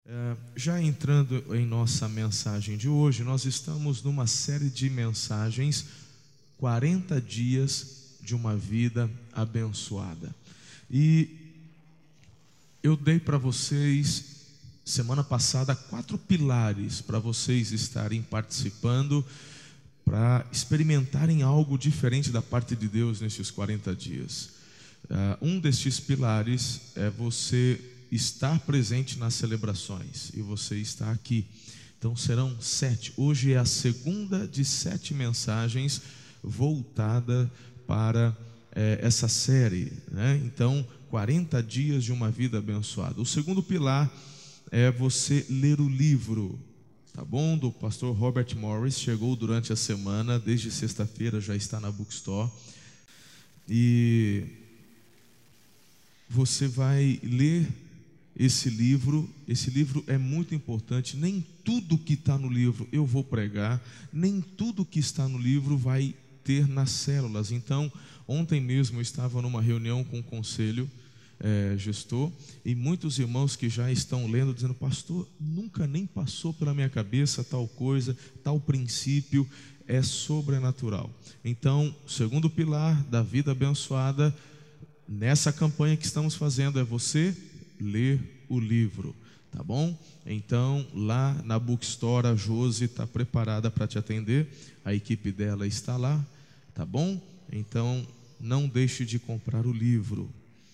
Já entrando em nossa mensagem de hoje, nós estamos numa série de mensagens, 40 dias de uma vida abençoada. E eu dei para vocês, semana passada, 4 pilares para vocês estarem participando, para experimentarem algo diferente da parte de Deus nesses 40 dias. Um destes pilares é você estar presente nas celebrações, e você está aqui. Então serão 7. Hoje é a segunda de 7 mensagens voltada para essa série, né? Então 40 dias de uma vida abençoada. O segundo pilar é você ler o livro, tá bom? Do pastor Robert Morris. Chegou durante a semana, desde sexta-feira já está na Bookstore. E você vai ler esse livro é muito importante. Nem tudo que está no livro eu vou pregar, nem tudo que está no livro vai ter nas células. Então, ontem mesmo eu estava numa reunião com o conselho gestor, e muitos irmãos que já estão lendo, dizendo: pastor, nunca nem passou pela minha cabeça tal coisa, tal princípio, é sobrenatural. Então, o segundo pilar da vida abençoada, nessa campanha que estamos fazendo, é você ler o livro, tá bom? Então, lá na Bookstore, a Josi está preparada para te atender, a equipe dela está lá, tá bom? Então, não deixe de comprar o livro.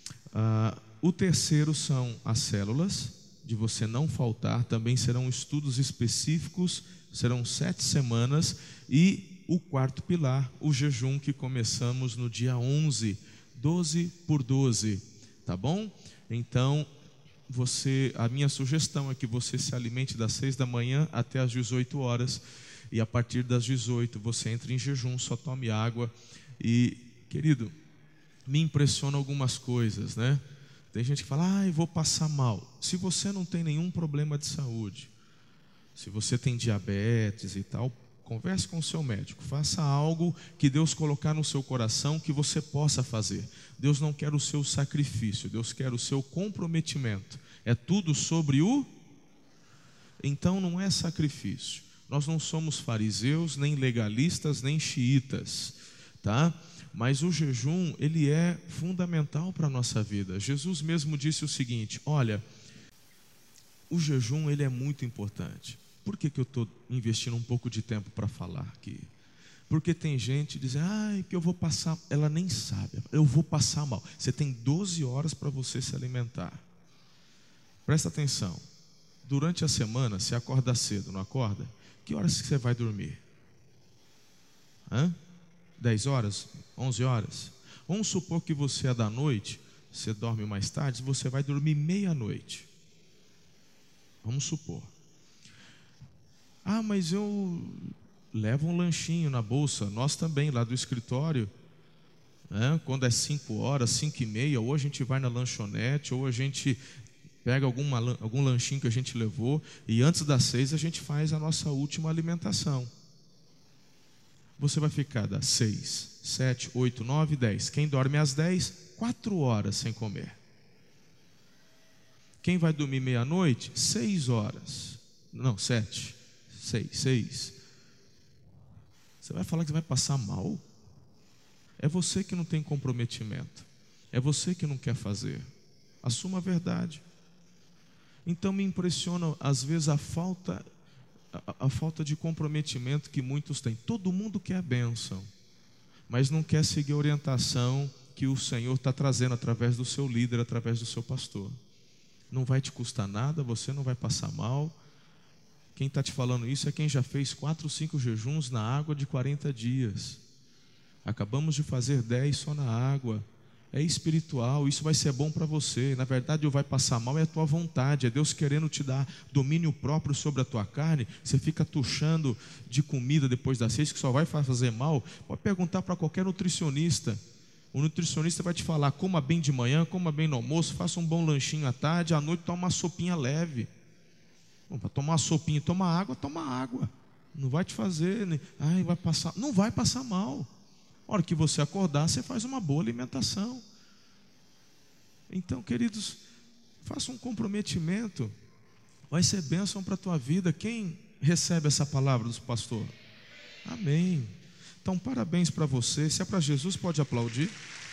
O terceiro são as células, de você não faltar. Também serão estudos específicos, serão 7 semanas. E o quarto pilar, o jejum, que começamos no dia 11, 12 por 12, tá bom? Então, a minha sugestão é que você se alimente das 6 da manhã até as 18 horas, e a partir das 18 você entre em jejum, só tome água. E, querido, me impressiona algumas coisas, né? Tem gente que fala: eu vou passar mal. Se você não tem nenhum problema de saúde, se você tem diabetes e tal, converse com o seu médico, faça algo que Deus colocar no seu coração que você possa fazer. Deus não quer o seu sacrifício, Deus quer o seu comprometimento. É tudo sobre Então não é sacrifício. Nós não somos fariseus, nem legalistas, nem xiitas, tá? Mas o jejum, ele é fundamental para a nossa vida. Jesus mesmo disse o seguinte: olha, o jejum, ele é muito importante. Por que eu estou investindo um pouco de tempo para falar aqui? Porque tem gente dizendo: que eu vou passar, ela nem sabe, eu vou passar mal. Você tem 12 horas para você se alimentar. Presta atenção, durante a semana você acorda cedo, não acorda? Que horas que você vai dormir? 10 horas? 11 horas? Vamos supor que você é da noite, você dorme mais tarde, você vai dormir meia-noite. Vamos supor. Mas eu levo um lanchinho na bolsa. Nós também, lá do escritório, quando é 5 horas, 5 e meia, ou a gente vai na lanchonete, ou a gente pega algum lanchinho que a gente levou, e antes das 6 a gente faz a nossa última alimentação. Você vai ficar das 6, 7, 8, 9, 10. Quem dorme às 10, 4 horas sem comer. Quem vai dormir meia-noite, 6 horas. Não, 7. 6. Você vai falar que você vai passar mal? É você que não tem comprometimento. É você que não quer fazer. Assuma a verdade. Então me impressiona às vezes a falta de comprometimento que muitos têm. Todo mundo quer a bênção, mas não quer seguir a orientação que o Senhor está trazendo através do seu líder, através do seu pastor. Não vai te custar nada, você não vai passar mal. Quem está te falando isso é quem já fez 4, 5 jejuns na água de 40 dias. Acabamos de fazer 10 só na água. É espiritual, isso vai ser bom para você. Na verdade, o vai passar mal é a tua vontade, é Deus querendo te dar domínio próprio sobre a tua carne. Você fica tuchando de comida depois das 6, que só vai fazer mal. Pode perguntar para qualquer nutricionista. O nutricionista vai te falar: coma bem de manhã, coma bem no almoço, faça um bom lanchinho à tarde, à noite toma uma sopinha leve. Para tomar uma sopinha, toma água. Não vai te fazer, vai passar, não vai passar mal. A hora que você acordar, você faz uma boa alimentação. Então, queridos, faça um comprometimento. Vai ser bênção para a tua vida. Quem recebe essa palavra do pastor? Amém. Então, parabéns para você. Se é para Jesus, pode aplaudir.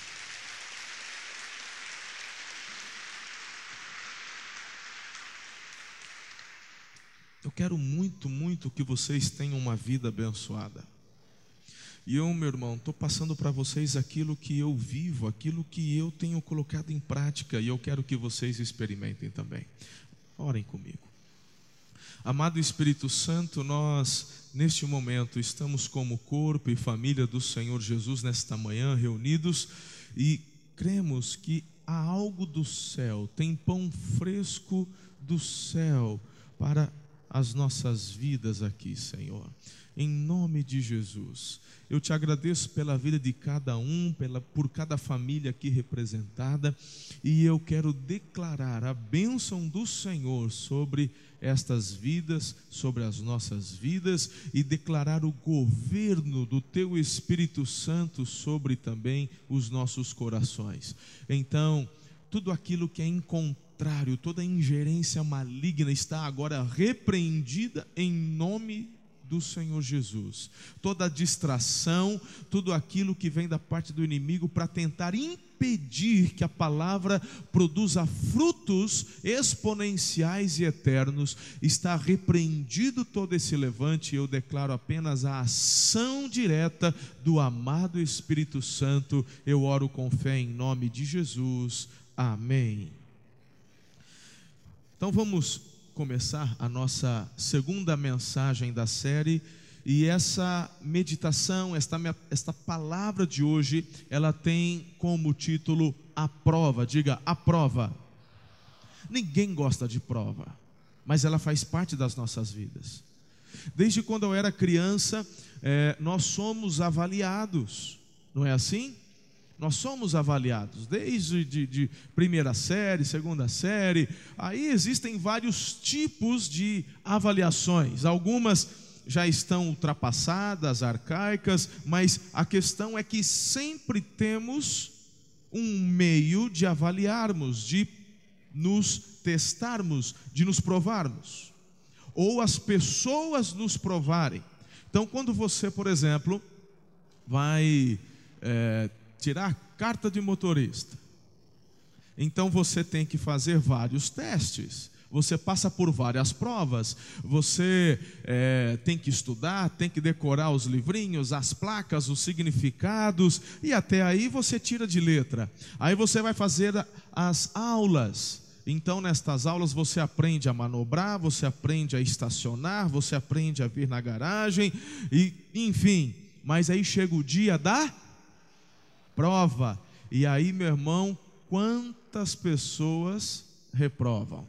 Eu quero muito, muito que vocês tenham uma vida abençoada. E eu, meu irmão, estou passando para vocês aquilo que eu vivo, aquilo que eu tenho colocado em prática, e eu quero que vocês experimentem também. Orem comigo. Amado Espírito Santo, nós neste momento estamos como corpo e família do Senhor Jesus nesta manhã reunidos e cremos que há algo do céu, tem pão fresco do céu para as nossas vidas aqui, Senhor. Em nome de Jesus, eu te agradeço pela vida de cada um, por cada família aqui representada, e eu quero declarar a bênção do Senhor sobre estas vidas, sobre as nossas vidas, e declarar o governo do Teu Espírito Santo sobre também os nossos corações. Então, tudo aquilo que é contrário, toda ingerência maligna está agora repreendida em nome do Senhor Jesus. Toda distração, tudo aquilo que vem da parte do inimigo para tentar impedir que a palavra produza frutos exponenciais e eternos, está repreendido todo esse levante. Eu declaro apenas a ação direta do amado Espírito Santo. Eu oro com fé em nome de Jesus. Amém. Então vamos começar a nossa segunda mensagem da série, e essa meditação, esta palavra de hoje, ela tem como título a prova. Diga, a prova. Ninguém gosta de prova, mas ela faz parte das nossas vidas. Desde quando eu era criança, nós somos avaliados, não é assim? Nós somos avaliados, desde de primeira série, segunda série. Aí existem vários tipos de avaliações. Algumas já estão ultrapassadas, arcaicas, mas a questão é que sempre temos um meio de avaliarmos, de nos testarmos, de nos provarmos, ou as pessoas nos provarem. Então, quando você, por exemplo, vai tirar carta de motorista, então você tem que fazer vários testes, você passa por várias provas, você tem que estudar, tem que decorar os livrinhos, as placas, os significados, e até aí você tira de letra. Aí você vai fazer as aulas. Então nestas aulas você aprende a manobrar, você aprende a estacionar, você aprende a vir na garagem, e enfim. Mas aí chega o dia da prova, e aí, meu irmão, quantas pessoas reprovam?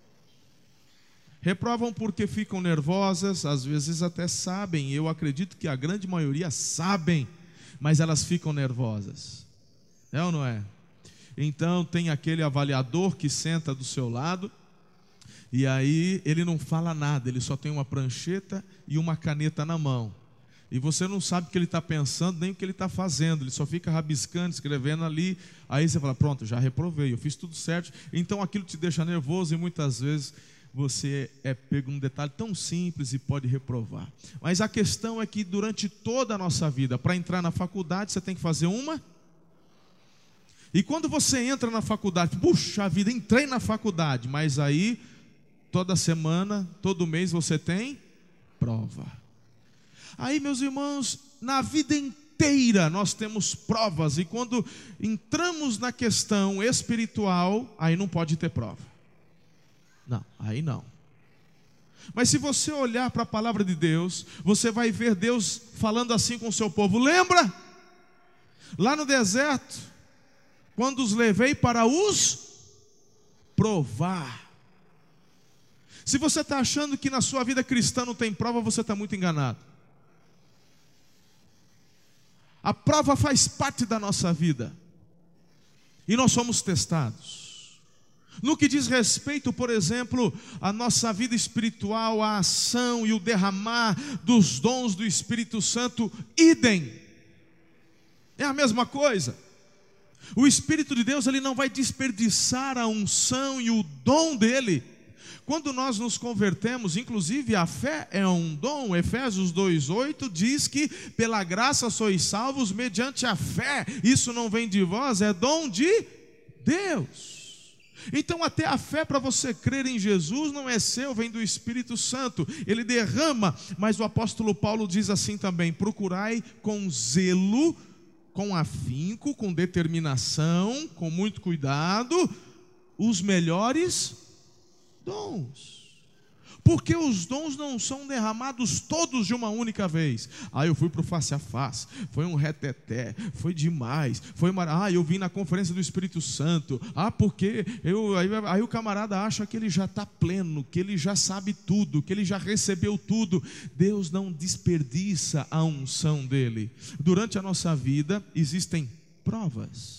Reprovam porque ficam nervosas, às vezes até sabem, eu acredito que a grande maioria sabem, mas elas ficam nervosas. É ou não é? Então tem aquele avaliador que senta do seu lado, e aí ele não fala nada, ele só tem uma prancheta e uma caneta na mão. E você não sabe o que ele está pensando, nem o que ele está fazendo. Ele só fica rabiscando, escrevendo ali. Aí você fala, pronto, já reprovei, eu fiz tudo certo. Então aquilo te deixa nervoso, e muitas vezes você é pego num detalhe tão simples e pode reprovar. Mas a questão é que durante toda a nossa vida, para entrar na faculdade, você tem que fazer uma. E quando você entra na faculdade, puxa vida, entrei na faculdade. Mas aí, toda semana, todo mês você tem prova. Aí, meus irmãos, na vida inteira nós temos provas, e quando entramos na questão espiritual, aí não pode ter prova. Não, aí não. Mas se você olhar para a palavra de Deus, você vai ver Deus falando assim com o seu povo. Lembra? Lá no deserto, quando os levei para os provar. Se você está achando que na sua vida cristã não tem prova, você está muito enganado. A prova faz parte da nossa vida, e nós somos testados. No que diz respeito, por exemplo, à nossa vida espiritual, a ação e o derramar dos dons do Espírito Santo, idem. É a mesma coisa. O Espírito de Deus, ele não vai desperdiçar a unção e o dom dele Quando nós nos convertemos, inclusive a fé é um dom. Efésios 2:8 diz que pela graça sois salvos mediante a fé. Isso não vem de vós, é dom de Deus. Então até a fé para você crer em Jesus não é seu, vem do Espírito Santo. Ele derrama, mas o apóstolo Paulo diz assim também: procurai com zelo, com afinco, com determinação, com muito cuidado, os melhores dons. Porque os dons não são derramados todos de uma única vez. Eu fui para o face a face, foi um reteté, foi demais, eu vim na conferência do Espírito Santo, porque aí o camarada acha que ele já está pleno, que ele já sabe tudo, que ele já recebeu tudo. Deus não desperdiça a unção dele. Durante a nossa vida existem provas.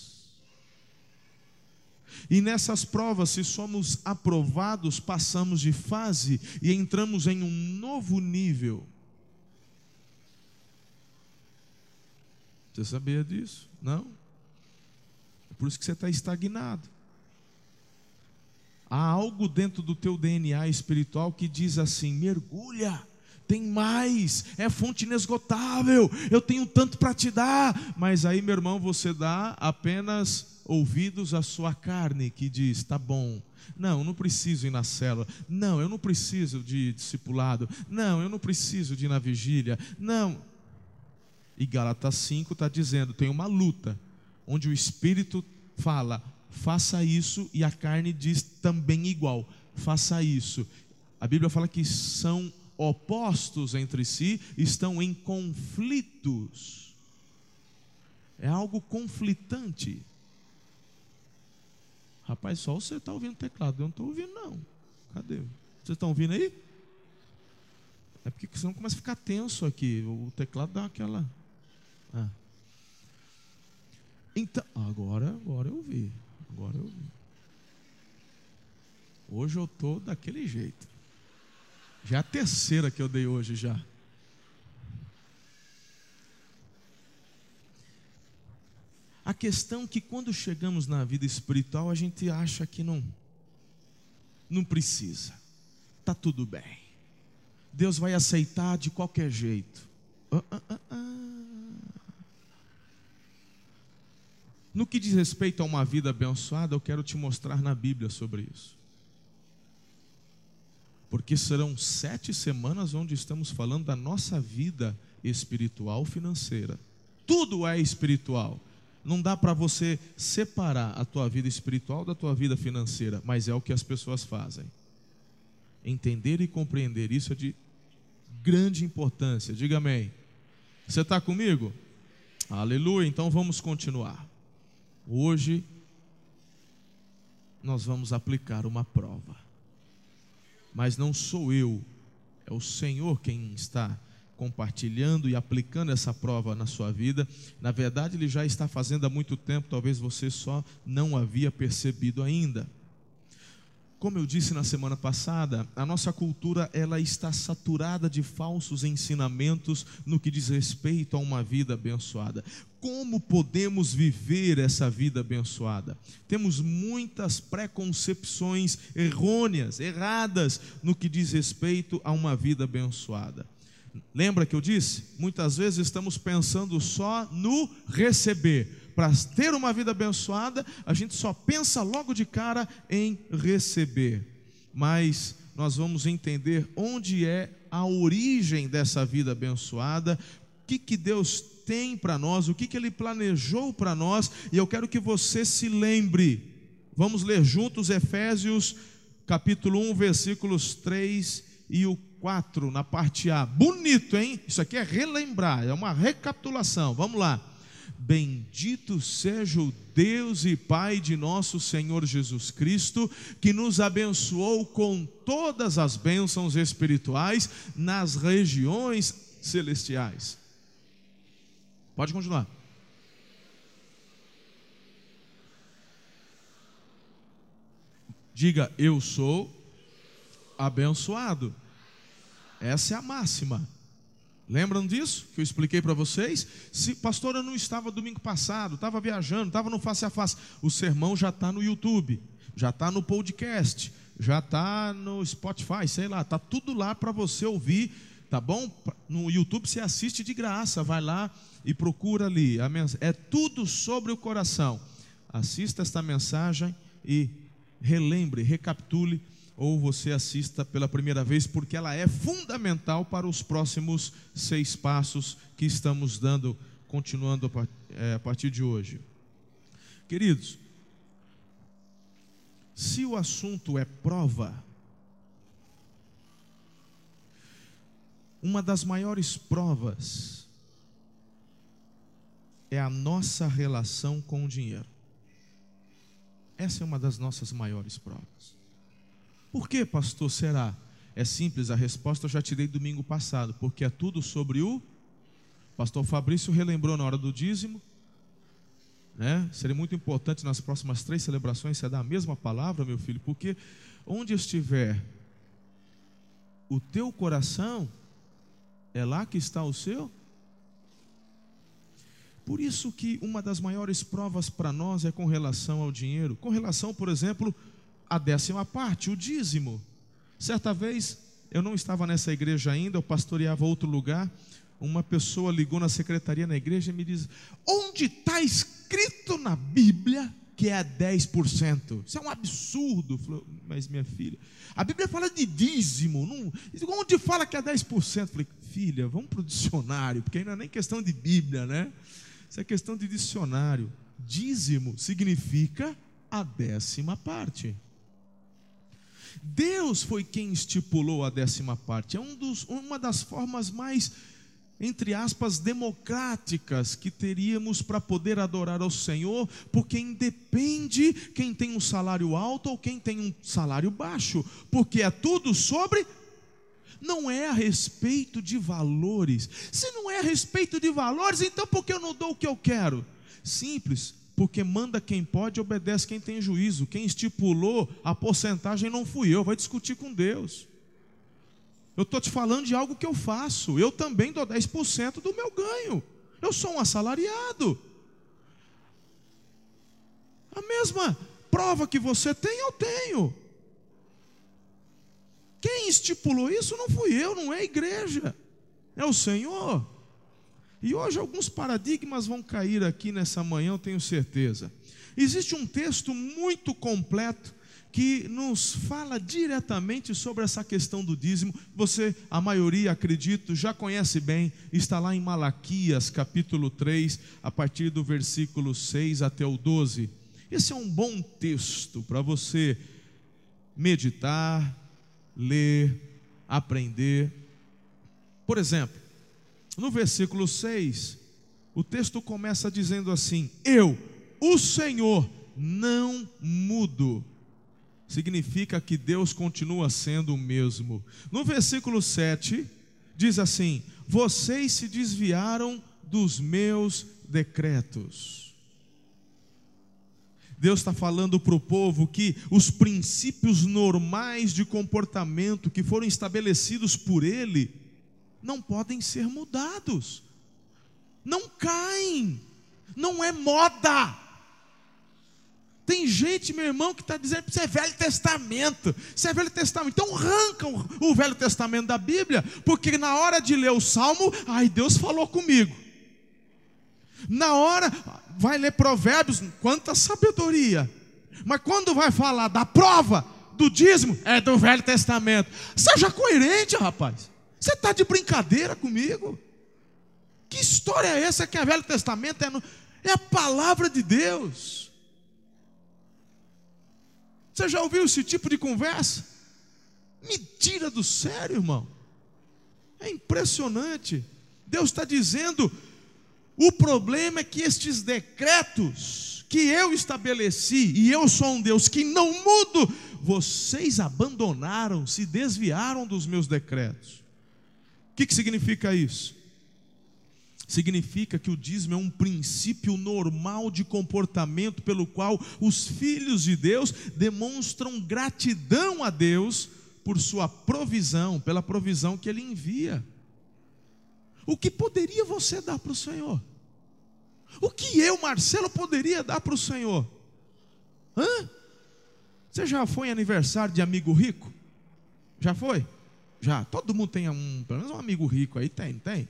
E nessas provas, se somos aprovados, passamos de fase e entramos em um novo nível. Você sabia disso? Não? É por isso que você está estagnado. Há algo dentro do teu DNA espiritual que diz assim: mergulha, tem mais, é fonte inesgotável, eu tenho tanto para te dar. Mas aí, meu irmão, você dá apenas ouvidos à sua carne, que diz: tá bom, não, eu não preciso ir na célula, não, eu não preciso de discipulado, não, eu não preciso de ir na vigília, não. E Gálatas 5 está dizendo: tem uma luta, onde o Espírito fala, faça isso, e a carne diz também igual, faça isso. A Bíblia fala que são opostos entre si, estão em conflitos, é algo conflitante. Rapaz, só você está ouvindo o teclado, eu não estou ouvindo não. Cadê? Vocês estão ouvindo aí? É porque senão começa a ficar tenso aqui. O teclado dá aquela... Então, agora eu ouvi. Hoje eu estou daquele jeito. Já é a terceira que eu dei hoje já. A questão é que quando chegamos na vida espiritual, a gente acha que não precisa, está tudo bem, Deus vai aceitar de qualquer jeito. No que diz respeito a uma vida abençoada, eu quero te mostrar na Bíblia sobre isso. Porque serão 7 semanas onde estamos falando da nossa vida espiritual financeira. Tudo é espiritual. Não dá para você separar a tua vida espiritual da tua vida financeira, mas é o que as pessoas fazem. Entender e compreender isso é de grande importância. Diga amém. Você está comigo? Aleluia. Então vamos continuar. Hoje nós vamos aplicar uma prova, mas não sou eu, é o Senhor quem está compartilhando e aplicando essa prova na sua vida. Na verdade, Ele já está fazendo há muito tempo, talvez você só não havia percebido ainda. Como eu disse na semana passada, a nossa cultura ela está saturada de falsos ensinamentos no que diz respeito a uma vida abençoada. Como podemos viver essa vida abençoada? Temos muitas preconcepções errôneas, erradas no que diz respeito a uma vida abençoada. Lembra que eu disse? Muitas vezes estamos pensando só no receber. Para ter uma vida abençoada, a gente só pensa logo de cara em receber. Mas nós vamos entender onde é a origem dessa vida abençoada, o que Deus tem para nós, o que Ele planejou para nós. E eu quero que você se lembre. Vamos ler juntos Efésios capítulo 1, versículos 3 e o 4, na parte A. Bonito, hein? Isso aqui é relembrar, é uma recapitulação. Vamos lá. Bendito seja o Deus e Pai de nosso Senhor Jesus Cristo, que nos abençoou com todas as bênçãos espirituais nas regiões celestiais. Pode continuar. Diga: eu sou abençoado. Essa é a máxima. Lembram disso que eu expliquei para vocês? Se, pastor, eu não estava domingo passado, estava viajando, estava no face a face. O sermão já está no YouTube, já está no podcast. já está no Spotify, sei lá, está tudo lá para você ouvir, tá bom? No YouTube você assiste de graça, vai lá e procura ali. É tudo sobre o coração. Assista esta mensagem e relembre, recapitule, ou você assista pela primeira vez, porque ela é fundamental para os próximos 6 passos que estamos dando, continuando a partir de hoje. Queridos, se o assunto é prova, uma das maiores provas é a nossa relação com o dinheiro. Essa é uma das nossas maiores provas. Por que, pastor, será? É simples, a resposta eu já te dei domingo passado, porque é tudo sobre o pastor Fabrício relembrou na hora do dízimo, né? Seria muito importante nas próximas 3 celebrações você dar a mesma palavra, meu filho, porque onde estiver o teu coração, é lá que está o seu. Por isso que uma das maiores provas para nós é com relação ao dinheiro, com relação, por exemplo, à 10ª parte, o dízimo. Certa vez, eu não estava nessa igreja ainda, eu pastoreava outro lugar, uma pessoa ligou na secretaria na igreja e me disse: onde está escrito na Bíblia que é 10%? Isso é um absurdo. Falei: mas minha filha, a Bíblia fala de dízimo, não, onde fala que é 10%? Falei: filha, vamos para o dicionário, porque ainda nem questão de Bíblia, né? Isso é questão de dicionário. Dízimo significa a 10ª parte. Deus foi quem estipulou a 10ª parte. É uma das formas mais, entre aspas, democráticas que teríamos para poder adorar ao Senhor, porque independe quem tem um salário alto ou quem tem um salário baixo, porque é tudo sobre, não é a respeito de valores. Se não é a respeito de valores, então por que eu não dou o que eu quero? Simples, porque manda quem pode, obedece quem tem juízo. Quem estipulou a porcentagem não fui eu, vai discutir com Deus. Eu estou te falando de algo que eu faço. Eu também dou 10% do meu ganho. Eu sou um assalariado. A mesma prova que você tem, eu tenho. Quem estipulou isso não fui eu, não é a igreja, é o Senhor. E hoje alguns paradigmas vão cair aqui nessa manhã, eu tenho certeza. Existe um texto muito completo que nos fala diretamente sobre essa questão do dízimo. Você, a maioria, acredito, já conhece bem. Está lá em Malaquias, capítulo 3, a partir do versículo 6 até o 12. Esse é um bom texto para você meditar, ler, aprender. Por exemplo, no versículo 6, o texto começa dizendo assim: eu, o Senhor, não mudo. Significa que Deus continua sendo o mesmo. No versículo 7, diz assim: vocês se desviaram dos meus decretos. Deus está falando para o povo que os princípios normais de comportamento que foram estabelecidos por Ele não podem ser mudados, não caem, não é moda. Tem gente, meu irmão, que está dizendo que isso é Velho Testamento, isso é Velho Testamento. Então arranca o Velho Testamento da Bíblia, porque na hora de ler o Salmo, ai, Deus falou comigo. Na hora, vai ler Provérbios, quanta sabedoria. Mas quando vai falar da prova, do dízimo, é do Velho Testamento. Seja coerente, rapaz. Você está de brincadeira comigo? Que história é essa que é Velho Testamento? É a palavra de Deus. Você já ouviu esse tipo de conversa? Me tira do sério, irmão. É impressionante. Deus está dizendo: o problema é que estes decretos que eu estabeleci, e eu sou um Deus que não mudo, vocês abandonaram, se desviaram dos meus decretos. O que significa isso? Significa que o dízimo é um princípio normal de comportamento pelo qual os filhos de Deus demonstram gratidão a Deus por sua provisão, pela provisão que Ele envia. O que poderia você dar para o Senhor? O que eu, Marcelo, poderia dar para o Senhor? Você já foi em aniversário de amigo rico? Já foi? Já. Todo mundo tem pelo menos um amigo rico aí, tem.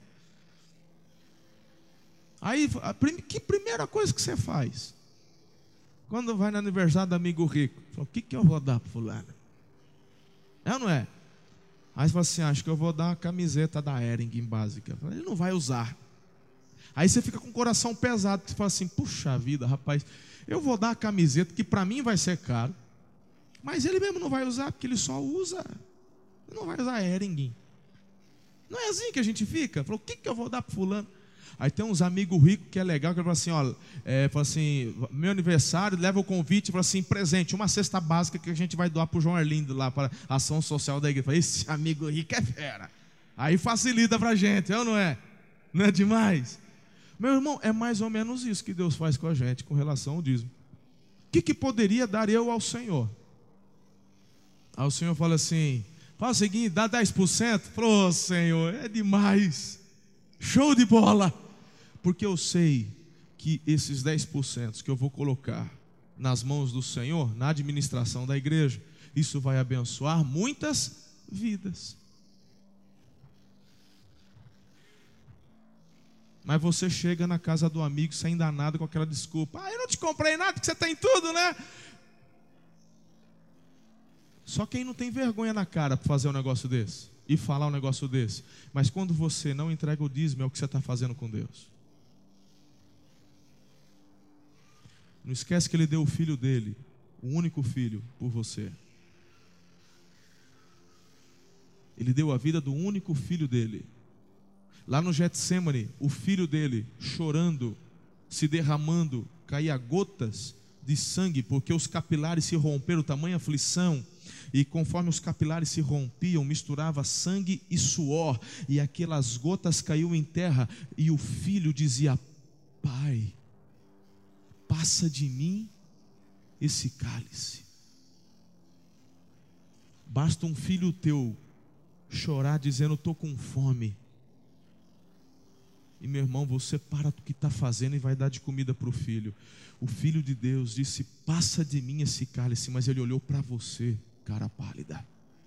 Aí, que primeira coisa que você faz? Quando vai no aniversário do amigo rico, fala, o que eu vou dar para fulano? É ou não é? Aí você fala assim, acho que eu vou dar uma camiseta da Hering básica. Ele não vai usar. Aí você fica com o coração pesado, você fala assim, puxa vida, rapaz, eu vou dar a camiseta que para mim vai ser caro, mas ele mesmo não vai usar, porque ele só usa, ele não vai usar Hering. Não é assim que a gente fica? Fala, o que eu vou dar para fulano? Aí tem uns amigos ricos que é legal, que ele fala assim, ó, fala assim, meu aniversário, leva o convite, fala assim, presente, uma cesta básica que a gente vai doar para o João Arlindo lá, para a ação social da igreja. Fala, esse amigo rico é fera. Aí facilita para a gente, é ou não é? Não é demais? Meu irmão, é mais ou menos isso que Deus faz com a gente, com relação ao dízimo. O que poderia dar eu ao Senhor? Aí o Senhor fala assim, fala o seguinte, dá 10%. Falou, Senhor, é demais. Show de bola. Porque eu sei que esses 10% que eu vou colocar nas mãos do Senhor, na administração da igreja, isso vai abençoar muitas vidas. Mas você chega na casa do amigo sem dar nada, com aquela desculpa, eu não te comprei nada, porque você tem tudo, né? Só quem não tem vergonha na cara para fazer um negócio desse e falar um negócio desse. Mas quando você não entrega o dízimo, é o que você está fazendo com Deus. Não esquece que Ele deu o filho dele, o único filho, por você. Ele deu a vida do único filho dele. Lá no Getsêmani, o filho dele, chorando, se derramando, caía gotas de sangue, porque os capilares se romperam, tamanha aflição. E conforme os capilares se rompiam, misturava sangue e suor, e aquelas gotas caíam em terra, e o filho dizia, Pai, passa de mim esse cálice. Basta um filho teu chorar dizendo, estou com fome. E meu irmão, você para do que está fazendo e vai dar de comida para o filho. O filho de Deus disse, passa de mim esse cálice, mas ele olhou para você, cara pálida.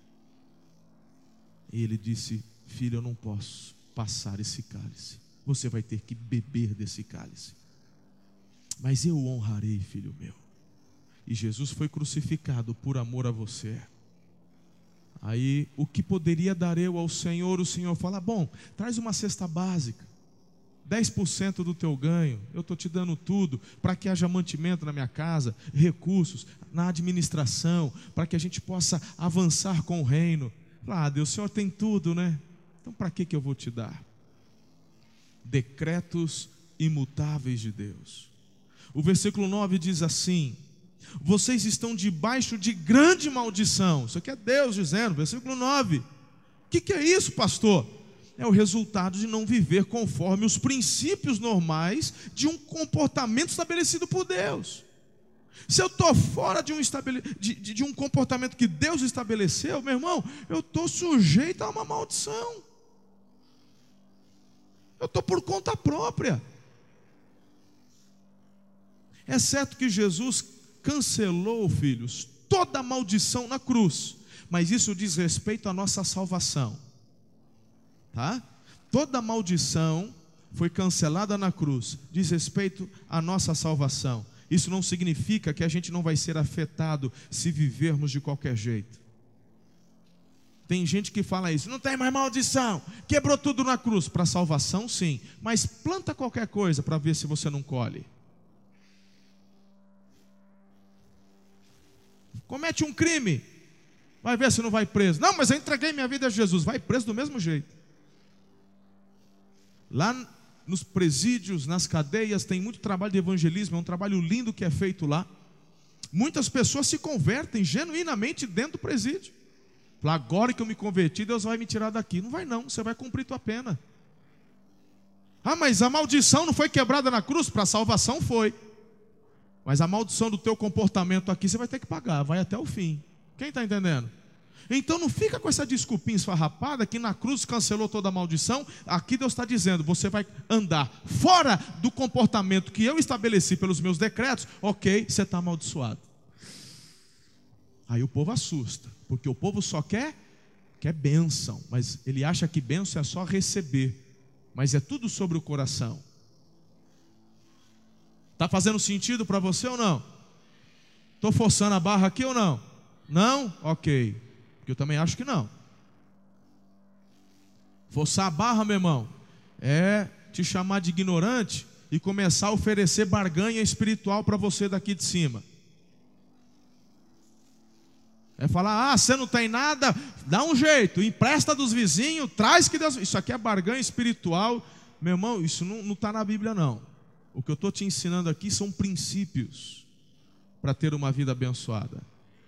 E ele disse, filho, eu não posso passar esse cálice. Você vai ter que beber desse cálice. Mas eu o honrarei, filho meu. E Jesus foi crucificado por amor a você. Aí, o que poderia dar eu ao Senhor? O Senhor fala, bom, traz uma cesta básica. 10% do teu ganho, eu estou te dando tudo, para que haja mantimento na minha casa, recursos, na administração, para que a gente possa avançar com o reino. Deus, o Senhor tem tudo, né? Então para que eu vou te dar? Decretos imutáveis de Deus. O versículo 9 diz assim, vocês estão debaixo de grande maldição. Isso aqui é Deus dizendo, versículo 9. O que é isso, pastor? É o resultado de não viver conforme os princípios normais de um comportamento estabelecido por Deus. Se eu estou fora de um comportamento que Deus estabeleceu, meu irmão, eu estou sujeito a uma maldição. Eu estou por conta própria. É certo que Jesus cancelou, filhos, toda a maldição na cruz, mas isso diz respeito à nossa salvação. Tá? Toda maldição foi cancelada na cruz, diz respeito à nossa salvação. Isso não significa que a gente não vai ser afetado se vivermos de qualquer jeito. Tem gente que fala isso, não tem mais maldição, quebrou tudo na cruz. Para salvação sim, mas planta qualquer coisa para ver se você não colhe. Comete um crime, vai ver se não vai preso. Não, mas eu entreguei minha vida a Jesus, vai preso do mesmo jeito. Lá nos presídios, nas cadeias, tem muito trabalho de evangelismo, é um trabalho lindo que é feito lá. Muitas pessoas se convertem genuinamente dentro do presídio. Agora que eu me converti, Deus vai me tirar daqui. Não vai não, você vai cumprir tua pena. Mas a maldição não foi quebrada na cruz? Para a salvação foi. Mas a maldição do teu comportamento aqui, você vai ter que pagar, vai até o fim. Quem está entendendo? Então não fica com essa desculpinha esfarrapada que na cruz cancelou toda a maldição. Aqui Deus está dizendo, você vai andar fora do comportamento que eu estabeleci pelos meus decretos. Ok, você está amaldiçoado. Aí o povo assusta, porque o povo só quer bênção, mas ele acha que bênção é só receber, mas é tudo sobre o coração. Está fazendo sentido para você ou não? Estou forçando a barra aqui ou não? Não? Ok, porque eu também acho que não. Forçar a barra, meu irmão, é te chamar de ignorante e começar a oferecer barganha espiritual para você daqui de cima. É falar, você não tem nada, dá um jeito, empresta dos vizinhos, traz que Deus... Isso aqui é barganha espiritual. Meu irmão, isso não está na Bíblia não. O que eu estou te ensinando aqui são princípios para ter uma vida abençoada.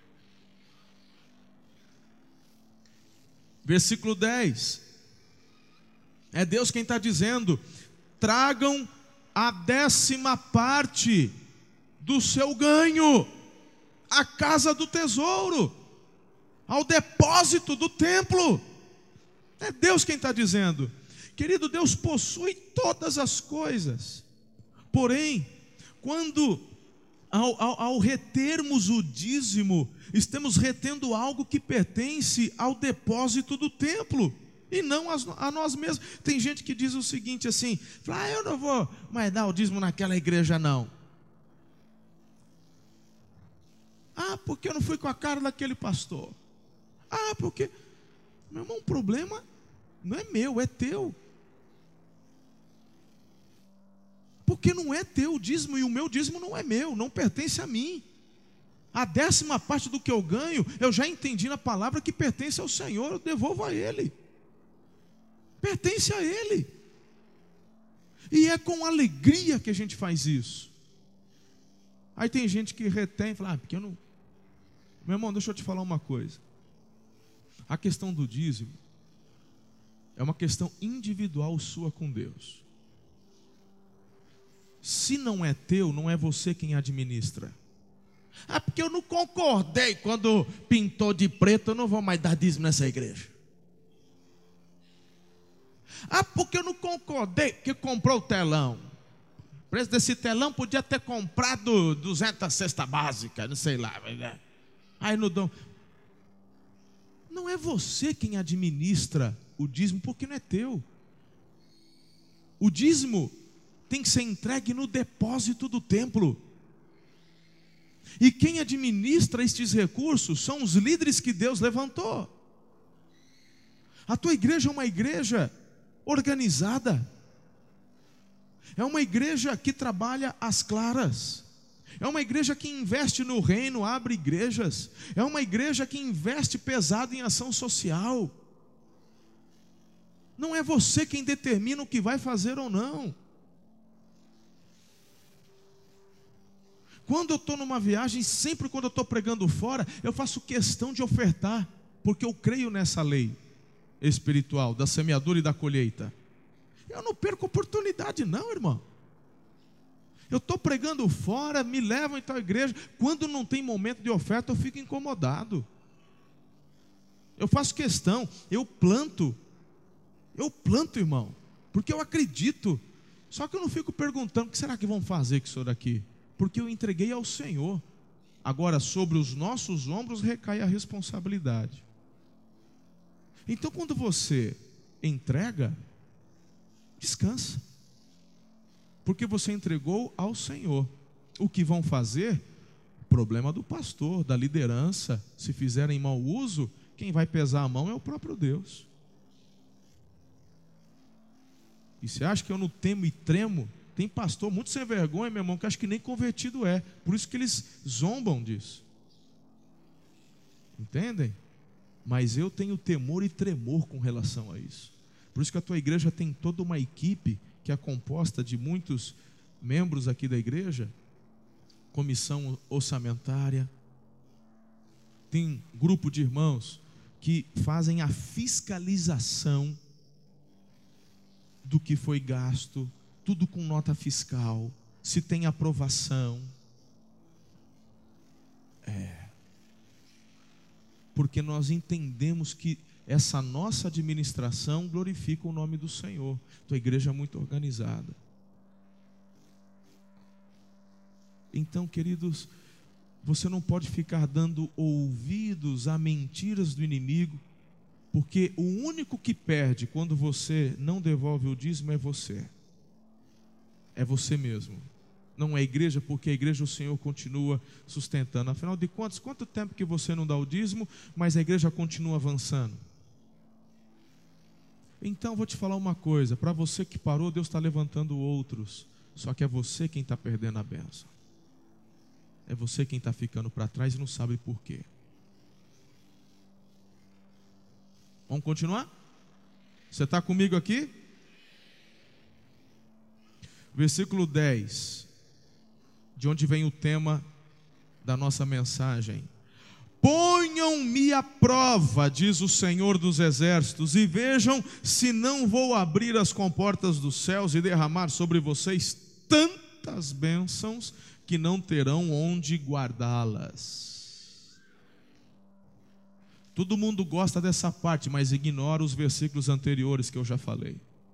Versículo 10. É Deus quem está dizendo: tragam a 10ª parte do seu ganho à casa do tesouro, ao depósito do templo. É Deus quem está dizendo. Querido, Deus possui todas as coisas. Porém, quando ao retermos o dízimo, estamos retendo algo que pertence ao depósito do templo e não a nós mesmos. Tem gente que diz o seguinte assim: eu não vou mais dar o dízimo naquela igreja não. Porque eu não fui com a cara daquele pastor. Porque... Meu irmão, o problema não é meu, é teu. Porque não é teu o dízimo, e o meu dízimo não é meu, não pertence a mim. A 10ª parte do que eu ganho, eu já entendi na palavra que pertence ao Senhor, eu devolvo a Ele. Pertence a Ele. E é com alegria que a gente faz isso. Aí tem gente que retém e fala: porque eu não... Meu irmão, deixa eu te falar uma coisa. A questão do dízimo é uma questão individual sua com Deus. Se não é teu, não é você quem administra. Porque eu não concordei quando pintou de preto, eu não vou mais dar dízimo nessa igreja. Porque eu não concordei que comprou o telão. O preço desse telão podia ter comprado 200 cestas básicas, não sei lá. Aí no dom. Não é você quem administra o dízimo, porque não é teu. O dízimo tem que ser entregue no depósito do templo. E quem administra estes recursos são os líderes que Deus levantou. A tua igreja é uma igreja organizada. É uma igreja que trabalha às claras. É uma igreja que investe no reino, abre igrejas. É uma igreja que investe pesado em ação social. Não é você quem determina o que vai fazer ou não. Quando eu estou numa viagem, sempre quando eu estou pregando fora, eu faço questão de ofertar, porque eu creio nessa lei espiritual da semeadura e da colheita. Eu não perco oportunidade não, irmão. Eu estou pregando fora, me levam em tal igreja. Quando não tem momento de oferta, eu fico incomodado. Eu faço questão, eu planto, irmão, porque eu acredito. Só que eu não fico perguntando: o que será que vão fazer com isso daqui? Porque eu entreguei ao Senhor. Agora, sobre os nossos ombros recai a responsabilidade. Então, quando você entrega, descansa, porque você entregou ao Senhor. O que vão fazer? Problema do pastor, da liderança. Se fizerem mau uso, quem vai pesar a mão é o próprio Deus. E você acha que eu não temo e tremo? Tem pastor muito sem vergonha, meu irmão, que acho que nem convertido é. Por isso que eles zombam disso. Entendem? Mas eu tenho temor e tremor com relação a isso. Por isso que a tua igreja tem toda uma equipe que é composta de muitos membros aqui da igreja, comissão orçamentária, tem grupo de irmãos que fazem a fiscalização do que foi gasto, tudo com nota fiscal, se tem aprovação. Porque nós entendemos que essa nossa administração glorifica o nome do Senhor. Tua igreja é muito organizada. Então, queridos, Você não pode ficar dando ouvidos a mentiras do inimigo, porque o único que perde quando você não devolve o dízimo é você. É você mesmo. Não é a igreja, porque a igreja o Senhor continua sustentando. Afinal de contas, quanto tempo que você não dá o dízimo, mas a igreja continua avançando? Então vou te falar uma coisa, para você que parou, Deus está levantando outros, só que é você quem está perdendo a bênção. É você quem está ficando para trás e não sabe por quê. Vamos continuar? Você está comigo aqui? Versículo 10, de onde vem o tema da nossa mensagem. Ponham-me à prova, diz o Senhor dos Exércitos, e vejam se não vou abrir as comportas dos céus e derramar sobre vocês tantas bênçãos que não terão onde guardá-las. Todo mundo gosta dessa parte, mas ignora os versículos anteriores que eu já falei.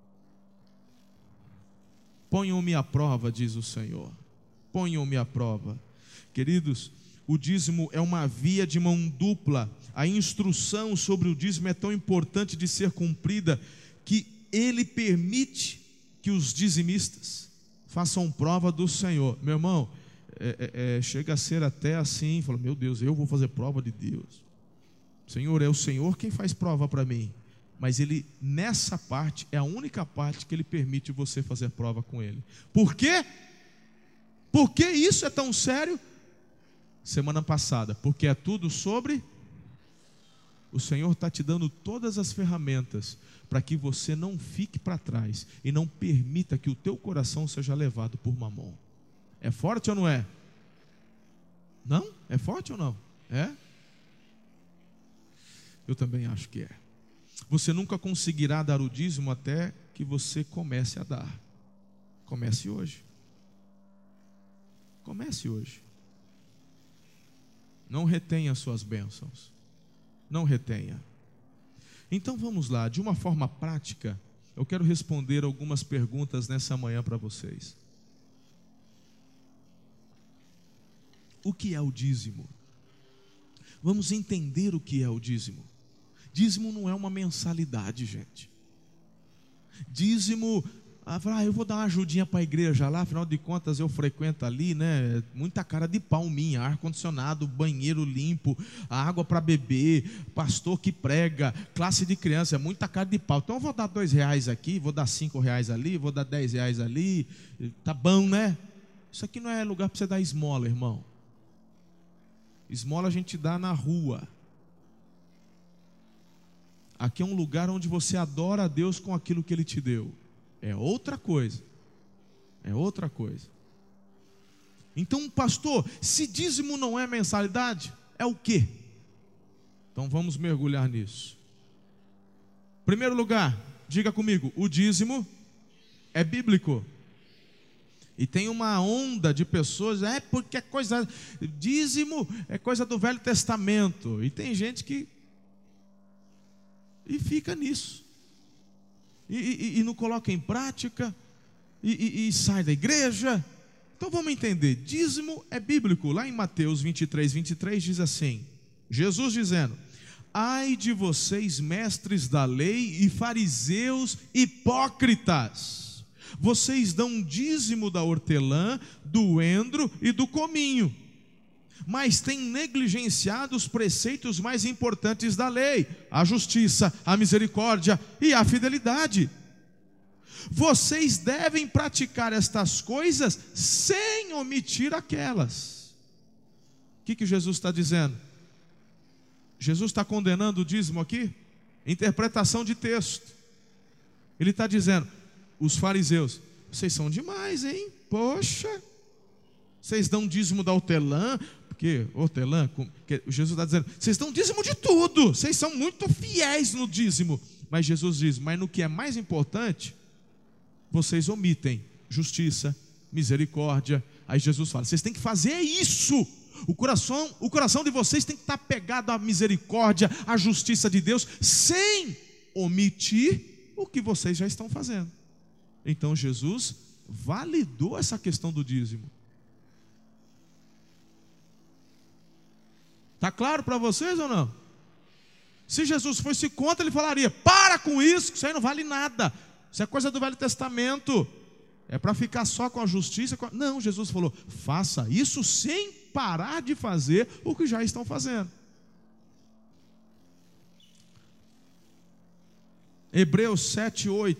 Ponham-me à prova, diz o Senhor. Ponham-me à prova. Queridos, o dízimo é uma via de mão dupla. A instrução sobre o dízimo é tão importante de ser cumprida que ele permite que os dizimistas façam prova do Senhor. Meu irmão, chega a ser até assim, fala, meu Deus, eu vou fazer prova de Deus. Senhor, é o Senhor quem faz prova para mim. Mas ele, nessa parte, é a única parte que ele permite você fazer prova com ele. Por quê? Por que isso é tão sério? Semana passada, porque é tudo sobre... O Senhor está te dando todas as ferramentas para que você não fique para trás e não permita que o teu coração seja levado por mamon. É forte ou não é? Não? É forte ou não? É? Eu também acho que é. Você nunca conseguirá dar o dízimo até que você comece a dar. Comece hoje. Comece hoje. Não retenha suas bênçãos. Não retenha. Então vamos lá, de uma forma prática, eu quero responder algumas perguntas nessa manhã para vocês. O que é o dízimo? Vamos entender o que é o dízimo. Dízimo não é uma mensalidade, gente. Dízimo, eu vou dar uma ajudinha para a igreja lá, afinal de contas eu frequento ali, né? Muita cara de pau minha, ar-condicionado, banheiro limpo, água para beber, pastor que prega, classe de criança, muita cara de pau. Então eu vou dar R$2 aqui, vou dar R$5 ali, vou dar R$10 ali, tá bom, né? Isso aqui não é lugar para você dar esmola, irmão. Esmola a gente dá na rua. Aqui é um lugar onde você adora a Deus com aquilo que Ele te deu. É outra coisa. É outra coisa. Então, pastor, se dízimo não é mensalidade, é o quê? Então vamos mergulhar nisso. Primeiro lugar, diga comigo, o dízimo é bíblico. E tem uma onda de pessoas, porque é coisa, dízimo é coisa do Velho Testamento. E tem gente que fica nisso. E não coloca em prática, e sai da igreja. Então vamos entender, dízimo é bíblico. Lá em Mateus 23 diz assim, Jesus dizendo: ai de vocês, mestres da lei e fariseus hipócritas, vocês dão dízimo da hortelã, do endro e do cominho, mas têm negligenciado os preceitos mais importantes da lei: a justiça, a misericórdia e a fidelidade. Vocês devem praticar estas coisas sem omitir aquelas. O que Jesus está dizendo? Jesus está condenando o dízimo aqui? Interpretação de texto. Ele está dizendo, os fariseus, vocês são demais, hein? Poxa, vocês dão dízimo da hortelã, porque hortelã, Jesus está dizendo, vocês dão dízimo de tudo, vocês são muito fiéis no dízimo. Mas Jesus diz, mas no que é mais importante, vocês omitem justiça, misericórdia. Aí Jesus fala, vocês têm que fazer isso. O coração de vocês tem que estar pegado à misericórdia, à justiça de Deus, sem omitir o que vocês já estão fazendo. Então Jesus validou essa questão do dízimo. Está claro para vocês ou não? Se Jesus fosse contra, ele falaria: para com isso, que isso aí não vale nada. Isso é coisa do Velho Testamento. É para ficar só com a justiça. Não, Jesus falou: faça isso sem parar de fazer o que já estão fazendo. Hebreus 7:8.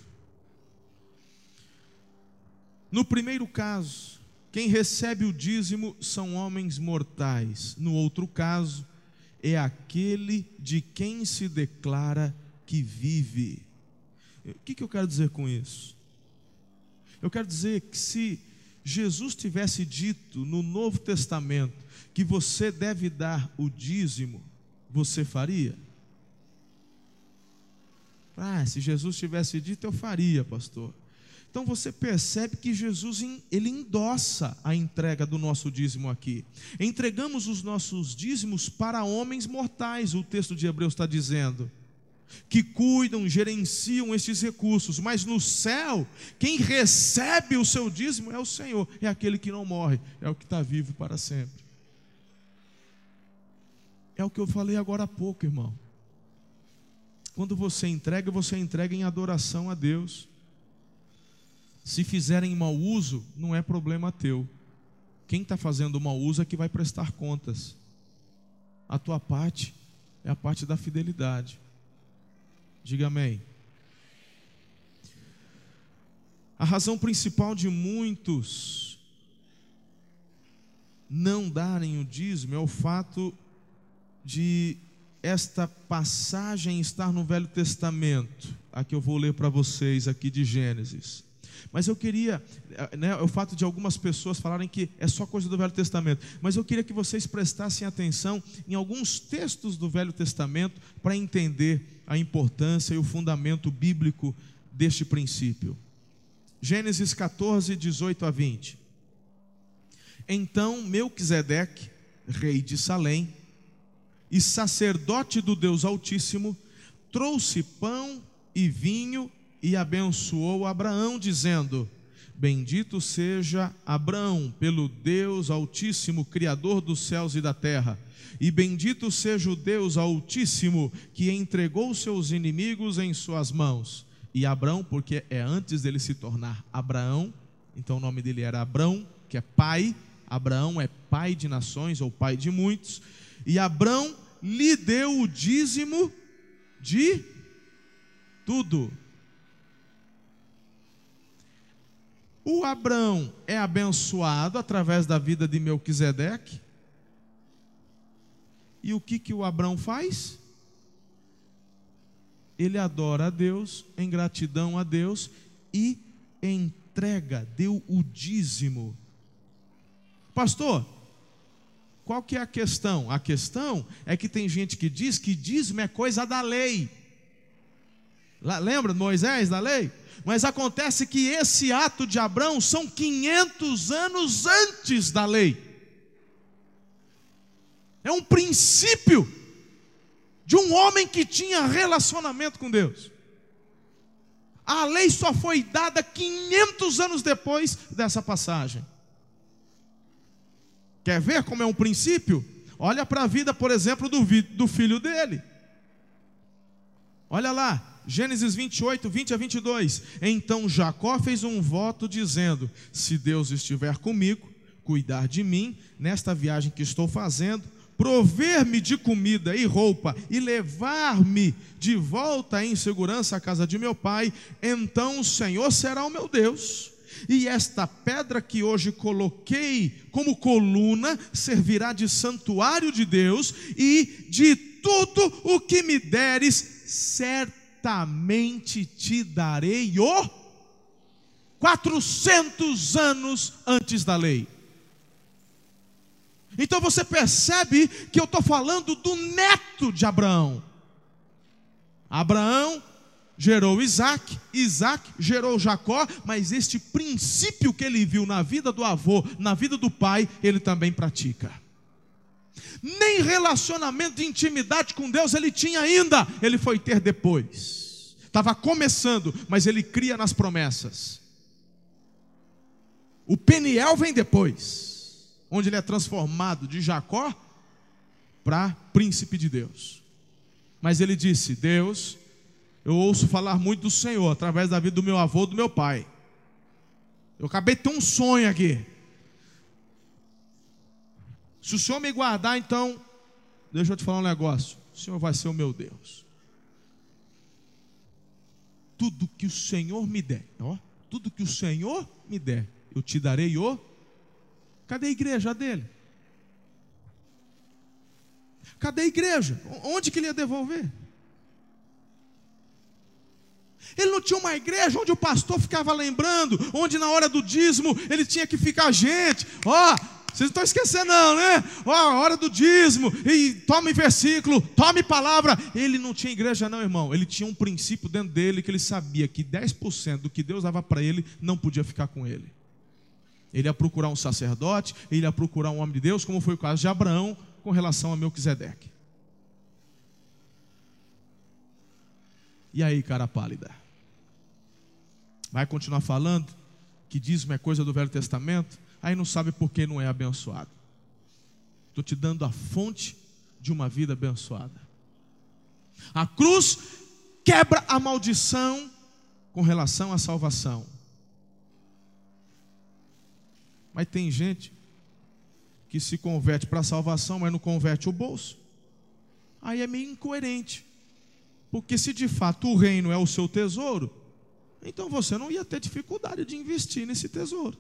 No primeiro caso, quem recebe o dízimo são homens mortais. No outro caso, é aquele de quem se declara que vive. O que eu quero dizer com isso? Eu quero dizer que se Jesus tivesse dito no Novo Testamento que você deve dar o dízimo, você faria? Se Jesus tivesse dito, eu faria, pastor. Então você percebe que Jesus, ele endossa a entrega do nosso dízimo aqui. Entregamos os nossos dízimos para homens mortais, o texto de Hebreus está dizendo, que cuidam, gerenciam estes recursos. Mas no céu, quem recebe o seu dízimo é o Senhor, é aquele que não morre, é o que está vivo para sempre. É o que eu falei agora há pouco, irmão. Quando você entrega em adoração a Deus. Se fizerem mau uso, não é problema teu. Quem está fazendo mau uso é que vai prestar contas. A tua parte é a parte da fidelidade. Diga amém. A razão principal de muitos não darem o dízimo é o fato de esta passagem estar no Velho Testamento. Aqui eu vou ler para vocês aqui de Gênesis. Mas eu queria, o fato de algumas pessoas falarem que é só coisa do Velho Testamento, mas eu queria que vocês prestassem atenção em alguns textos do Velho Testamento para entender a importância e o fundamento bíblico deste princípio. Gênesis 14, 18 a 20. Então Melquisedeque, rei de Salém, e sacerdote do Deus Altíssimo, trouxe pão e vinho e abençoou Abraão, dizendo: bendito seja Abraão pelo Deus Altíssimo, Criador dos céus e da terra, e bendito seja o Deus Altíssimo, que entregou seus inimigos em suas mãos. E Abraão, porque é antes dele se tornar Abraão, então o nome dele era Abrão, que é pai. Abraão é pai de nações, ou pai de muitos. E Abrão lhe deu o dízimo de tudo. O Abrão é abençoado através da vida de Melquisedeque. E o que o Abrão faz? Ele adora a Deus, em gratidão a Deus, e entrega, deu o dízimo. Pastor, qual que é a questão? A questão é que tem gente que diz que dízimo é coisa da lei. Lembra Moisés da lei? Mas acontece que esse ato de Abrão são 500 anos antes da lei. É um princípio de um homem que tinha relacionamento com Deus. A lei só foi dada 500 anos depois dessa passagem. Quer ver como é um princípio? Olha para a vida, por exemplo, do filho dele. Olha lá, Gênesis 28, 20 a 22. Então Jacó fez um voto dizendo: se Deus estiver comigo, cuidar de mim nesta viagem que estou fazendo, prover-me de comida e roupa e levar-me de volta em segurança à casa de meu pai, então o Senhor será o meu Deus. E esta pedra que hoje coloquei como coluna servirá de santuário de Deus, e de tudo o que me deres, certamente te darei 400 anos antes da lei. Então você percebe que eu estou falando do neto de Abraão. Abraão gerou Isaac, Isaac gerou Jacó, mas este princípio que ele viu na vida do avô, na vida do pai, ele também pratica. Nem relacionamento de intimidade com Deus ele tinha ainda, ele foi ter depois. Estava começando, mas ele cria nas promessas. O Peniel vem depois, onde ele é transformado de Jacó para príncipe de Deus. Mas ele disse: Deus, eu ouço falar muito do Senhor através da vida do meu avô e do meu pai. Eu acabei de ter um sonho aqui. Se o Senhor me guardar, então, deixa eu te falar um negócio. O Senhor vai ser o meu Deus. Tudo que o Senhor me der, tudo que o Senhor me der, eu te darei o... Cadê a igreja dele? Cadê a igreja? Onde que ele ia devolver? Ele não tinha uma igreja onde o pastor ficava lembrando, onde na hora do dízimo ele tinha que ficar, gente, vocês não estão esquecendo não, né? A hora do dízimo, e tome versículo, tome palavra. Ele não tinha igreja não, irmão. Ele tinha um princípio dentro dele, que ele sabia que 10% do que Deus dava para ele, não podia ficar com ele. Ele ia procurar um sacerdote, ele ia procurar um homem de Deus, como foi o caso de Abraão, com relação a Melquisedeque. E aí, cara pálida? Vai continuar falando que dízimo é coisa do Velho Testamento? Aí não sabe por que não é abençoado. Estou te dando a fonte de uma vida abençoada. A cruz quebra a maldição com relação à salvação. Mas tem gente que se converte para a salvação, mas não converte o bolso. Aí é meio incoerente. Porque se de fato o reino é o seu tesouro, então você não ia ter dificuldade de investir nesse tesouro.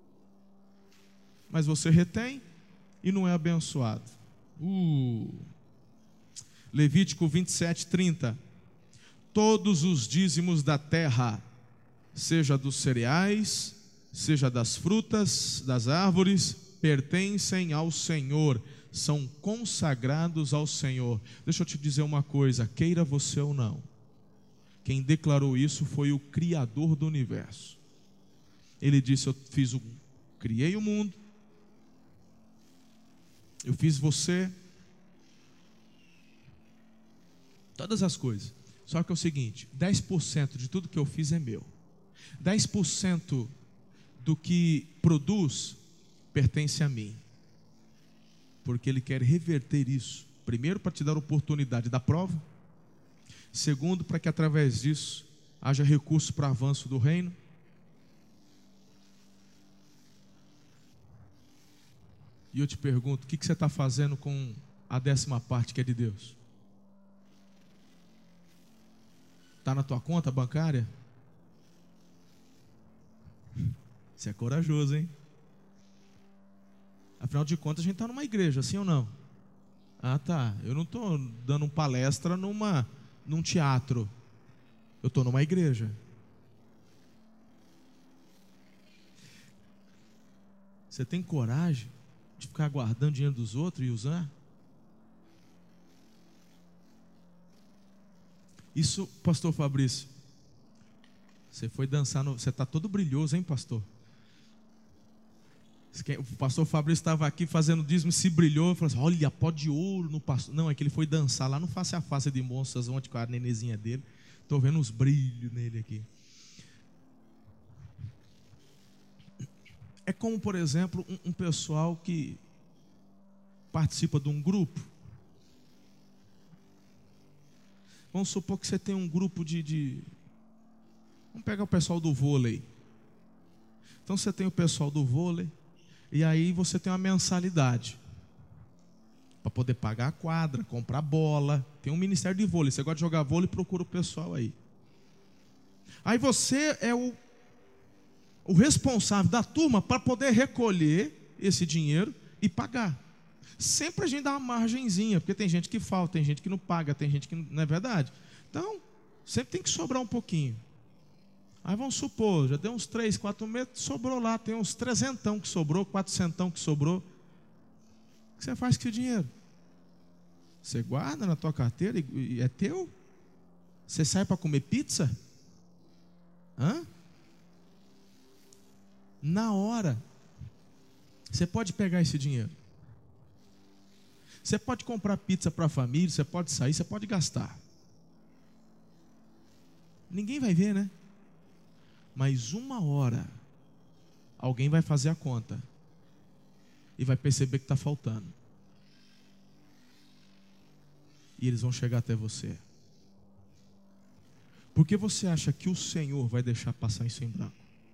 Mas você retém e não é abençoado. Levítico 27:30. Todos os dízimos da terra, seja dos cereais, seja das frutas, das árvores, pertencem ao Senhor, são consagrados ao Senhor. Deixa eu te dizer uma coisa, queira você ou não, quem declarou isso foi o Criador do universo. Ele disse: eu criei o mundo, eu fiz você, todas as coisas. Só que é o seguinte, 10% de tudo que eu fiz é meu. 10% do que produz pertence a mim. Porque Ele quer reverter isso. Primeiro, para te dar oportunidade da prova. Segundo, para que através disso haja recurso para avanço do reino. E eu te pergunto, o que você está fazendo com a 10ª parte que é de Deus? Está na tua conta bancária? Você é corajoso, hein? Afinal de contas, a gente está numa igreja, sim ou não? Ah, tá. Eu não estou dando uma palestra num teatro. Eu estou numa igreja. Você tem coragem de ficar guardando dinheiro dos outros e usar? Isso, pastor Fabrício, você foi dançar, você está todo brilhoso, hein, pastor? O pastor Fabrício estava aqui fazendo dízimo, se brilhou, falou assim: olha, pó de ouro no pastor. Não, é que ele foi dançar lá no face a face de moças ontem com a nenezinha dele. Estou vendo uns brilhos nele aqui. É como, por exemplo, um pessoal que participa de um grupo. Vamos supor que você tem um grupo Vamos pegar o pessoal do vôlei. Então você tem o pessoal do vôlei, e aí você tem uma mensalidade para poder pagar a quadra, comprar bola. Tem um ministério de vôlei. Você gosta de jogar vôlei, procura o pessoal aí. Aí você é o responsável da turma para poder recolher esse dinheiro e pagar. Sempre a gente dá uma margenzinha, porque tem gente que falta, tem gente que não paga, tem gente que não é verdade. Então, sempre tem que sobrar um pouquinho. Aí vamos supor, já deu uns 3, 4 meses, sobrou lá, tem uns 300 que sobrou, 400 que sobrou. O que você faz com esse dinheiro? Você guarda na tua carteira e é teu? Você sai para comer pizza? Hã? Na hora, você pode pegar esse dinheiro. Você pode comprar pizza para a família, você pode sair, você pode gastar. Ninguém vai ver, né? Mas uma hora, alguém vai fazer a conta e vai perceber que está faltando. e eles vão chegar até você. Por que você acha que o Senhor vai deixar passar isso em branco?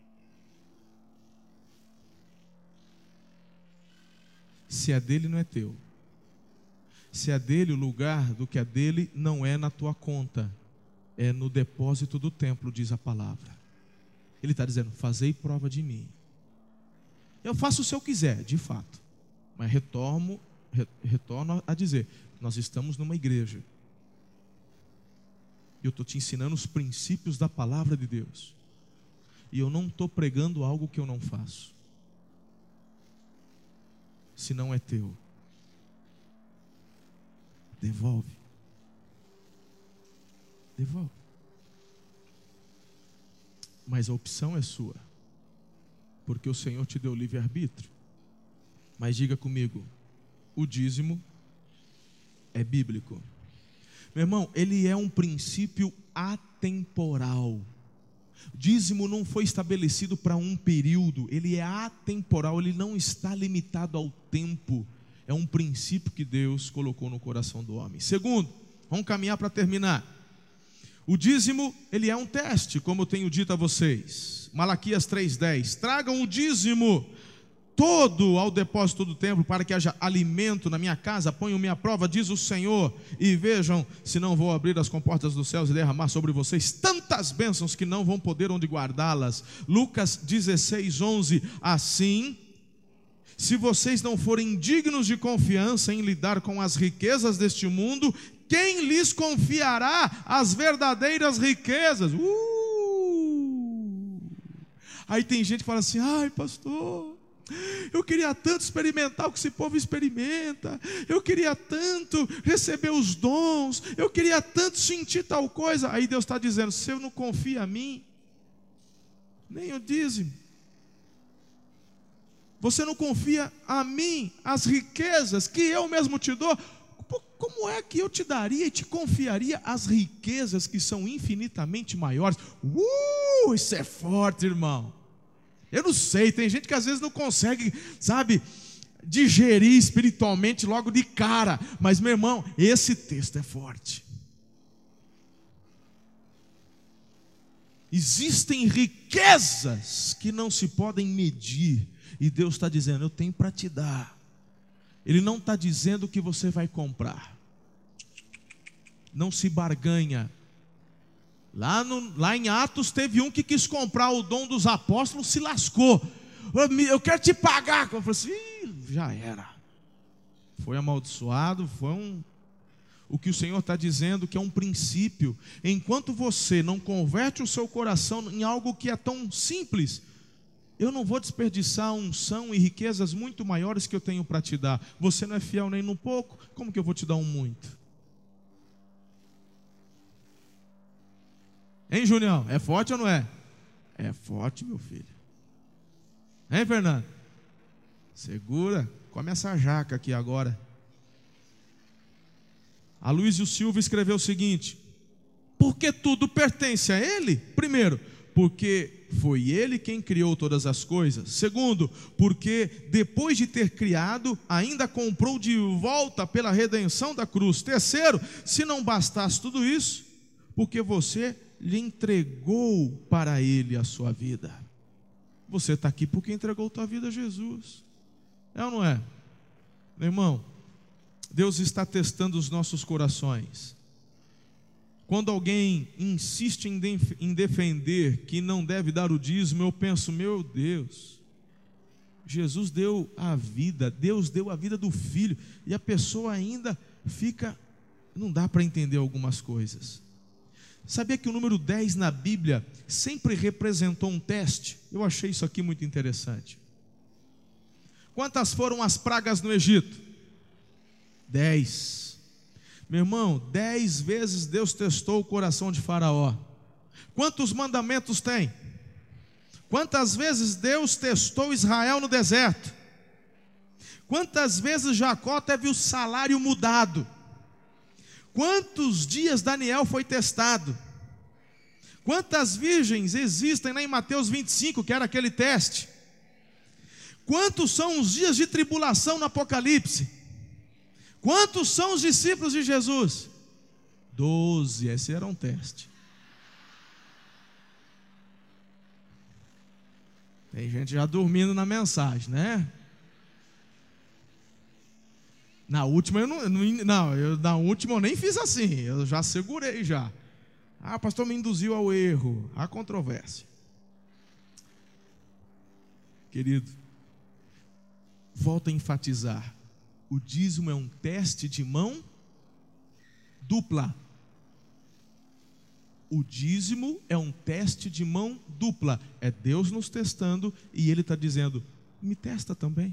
Se é dele, não é teu. Se é dele, o lugar do que é dele não é na tua conta, é no depósito do templo, diz a palavra. Ele está dizendo: fazei prova de mim. Eu faço o se eu quiser, de fato, mas retorno a dizer: nós estamos numa igreja, e eu estou te ensinando os princípios da palavra de Deus, e eu não estou pregando algo que eu não faço. Se não é teu, devolve. Devolve. Mas a opção é sua, porque o Senhor te deu livre-arbítrio. Mas diga comigo: o dízimo é bíblico. Meu irmão, ele é um princípio atemporal. O dízimo não foi estabelecido para um período, ele é atemporal, ele não está limitado ao tempo. É um princípio que Deus colocou no coração do homem. Segundo, vamos caminhar para terminar. O dízimo, ele é um teste, como eu tenho dito a vocês. Malaquias 3:10: tragam o dízimo todo ao depósito do templo, para que haja alimento na minha casa. Ponham-me à prova, diz o Senhor, e vejam se não vou abrir as comportas dos céus e derramar sobre vocês tantas bênçãos que não vão poder onde guardá-las. Lucas 16:11: assim, se vocês não forem dignos de confiança em lidar com as riquezas deste mundo, quem lhes confiará as verdadeiras riquezas? Aí tem gente que fala assim: ai, pastor, eu queria tanto experimentar o que esse povo experimenta, eu queria tanto receber os dons, eu queria tanto sentir tal coisa. Aí Deus está dizendo: se eu não confio a mim, nem o dízimo. Você não confia a mim as riquezas que eu mesmo te dou, como é que eu te daria e te confiaria as riquezas que são infinitamente maiores? Isso é forte, irmão. Eu não sei, tem gente que às vezes não consegue, sabe, digerir espiritualmente logo de cara. Mas, meu irmão, esse texto é forte. Existem riquezas que não se podem medir, e Deus está dizendo: eu tenho para te dar. Ele não está dizendo que você vai comprar. Não se barganha. Lá em Atos teve um que quis comprar o dom dos apóstolos, se lascou. Eu quero te pagar. Eu falei assim: já era. Foi amaldiçoado, o que o Senhor está dizendo que é um princípio. Enquanto você não converte o seu coração em algo que é tão simples, eu não vou desperdiçar unção e riquezas muito maiores que eu tenho para te dar. Você não é fiel nem no pouco, como que eu vou te dar um muito? Hein, Junião? É forte ou não é? É forte, meu filho. Hein, Fernando? Segura, come essa jaca aqui agora. A Luísio Silva escreveu o seguinte: porque tudo pertence a Ele. Primeiro, porque foi Ele quem criou todas as coisas. Segundo, porque depois de ter criado, ainda comprou de volta pela redenção da cruz. Terceiro, se não bastasse tudo isso, porque você lhe entregou para Ele a sua vida. Você está aqui porque entregou a tua vida a Jesus. É ou não é? Meu irmão, Deus está testando os nossos corações. Quando alguém insiste em defender que não deve dar o dízimo, eu penso: meu Deus, Jesus deu a vida, Deus deu a vida do filho, e a pessoa ainda fica, não dá para entender algumas coisas. Sabia que o número 10 na Bíblia sempre representou um teste? Eu achei isso aqui muito interessante. Quantas foram as pragas no Egito? 10. Meu irmão, 10 vezes Deus testou o coração de Faraó. Quantos mandamentos tem? Quantas vezes Deus testou Israel no deserto? Quantas vezes Jacó teve o salário mudado? Quantos dias Daniel foi testado? Quantas virgens existem lá em Mateus 25, que era aquele teste? Quantos são os dias de tribulação no Apocalipse? Quantos são os discípulos de Jesus? 12, esse era um teste. Tem gente já dormindo na mensagem, né? Na última na última eu nem fiz assim, eu já segurei já. O pastor me induziu ao erro, à controvérsia. Querido, volto a enfatizar, o dízimo é um teste de mão dupla. O dízimo é um teste de mão dupla. É Deus nos testando e Ele está dizendo, me testa também.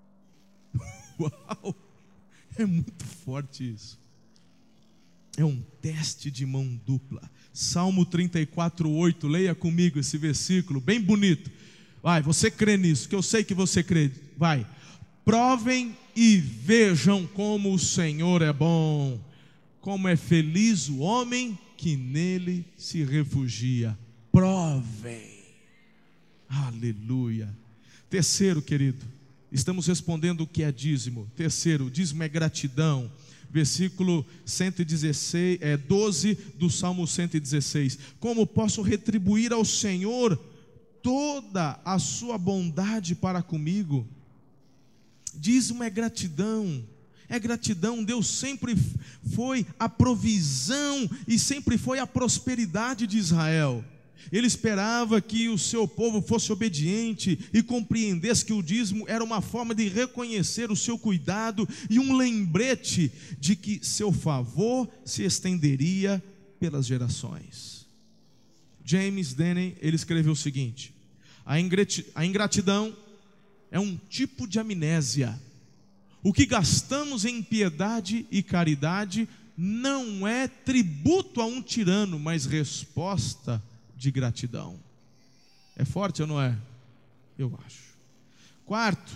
Uau! É muito forte isso. É um teste de mão dupla. Salmo 34:8, leia comigo esse versículo, bem bonito. Vai, você crê nisso, que eu sei que você crê. Vai. Provem e vejam como o Senhor é bom. Como é feliz o homem que nele se refugia. Provem. Aleluia. Terceiro, querido, estamos respondendo o que é dízimo. Terceiro, dízimo é gratidão. Versículo 116, 12 do Salmo 116. Como posso retribuir ao Senhor toda a sua bondade para comigo? Dízimo é gratidão. É gratidão. Deus sempre foi a provisão e sempre foi a prosperidade de Israel. Ele esperava que o seu povo fosse obediente e compreendesse que o dízimo era uma forma de reconhecer o seu cuidado e um lembrete de que seu favor se estenderia pelas gerações. James Denney, ele escreveu o seguinte: a ingratidão é um tipo de amnésia. O que gastamos em piedade e caridade não é tributo a um tirano, mas resposta de gratidão. É forte ou não é? Eu acho. Quarto,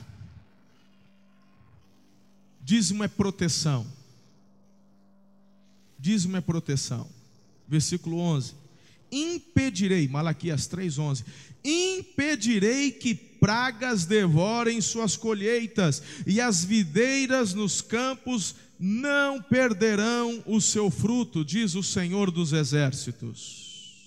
dízimo é proteção. Dízimo é proteção. Versículo 11. Impedirei, Malaquias 3:11, impedirei que pragas devorem suas colheitas, e as videiras nos campos não perderão o seu fruto, diz o Senhor dos Exércitos.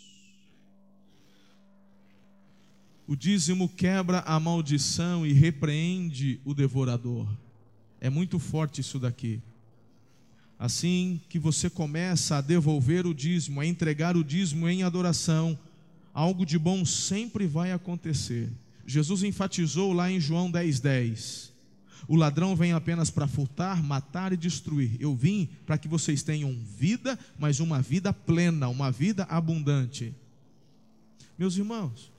O dízimo quebra a maldição e repreende o devorador. É muito forte isso daqui. Assim que você começa a devolver o dízimo, a entregar o dízimo em adoração, algo de bom sempre vai acontecer. Jesus enfatizou lá em João 10:10. O ladrão vem apenas para furtar, matar e destruir. Eu vim para que vocês tenham vida, mas uma vida plena, uma vida abundante. Meus irmãos,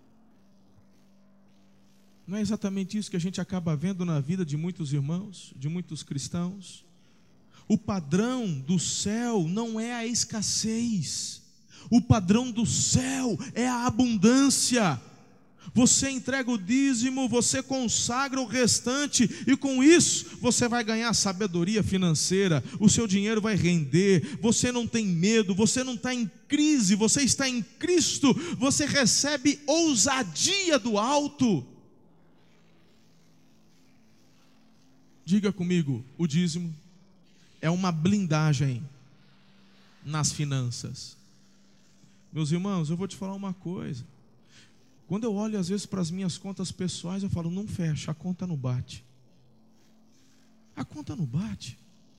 não é exatamente isso que a gente acaba vendo na vida de muitos irmãos, de muitos cristãos? O padrão do céu não é a escassez. O padrão do céu é a abundância. Você entrega o dízimo, você consagra o restante, e com isso você vai ganhar sabedoria financeira, o seu dinheiro vai render, você não tem medo, você não está em crise, você está em Cristo, você recebe ousadia do alto. Diga comigo, o dízimo é uma blindagem nas finanças. Meus irmãos, eu vou te falar uma coisa. Quando eu olho às vezes para as minhas contas pessoais, eu falo, não fecha, a conta não bate. A conta não bate.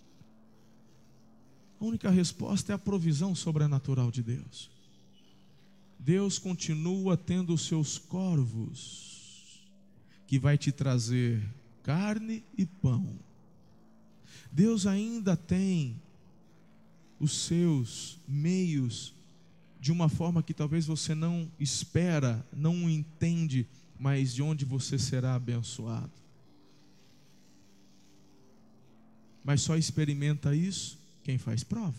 A única resposta é a provisão sobrenatural de Deus. Deus continua tendo os seus corvos, que vai te trazer carne e pão. Deus ainda tem os seus meios de uma forma que talvez você não espera, não entende, mas de onde você será abençoado. Mas só experimenta isso quem faz prova.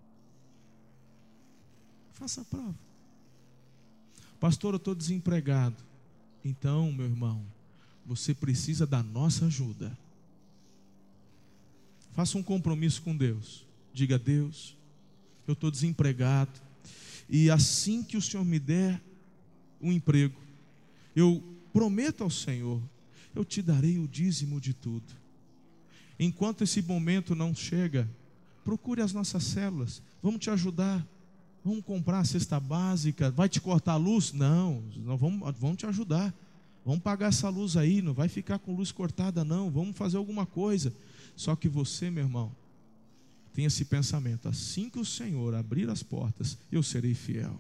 Faça a prova. Pastor, eu estou desempregado. Então, meu irmão, você precisa da nossa ajuda. Faça um compromisso com Deus. Diga: Deus, eu estou desempregado, e assim que o Senhor me der um emprego, eu prometo ao Senhor, eu te darei o dízimo de tudo. Enquanto esse momento não chega, procure as nossas células, vamos te ajudar. Vamos comprar a cesta básica, vai te cortar a luz? Não, vamos te ajudar. Vamos pagar essa luz aí, não vai ficar com luz cortada não, vamos fazer alguma coisa. Só que você, meu irmão, tem esse pensamento: assim que o Senhor abrir as portas, eu serei fiel.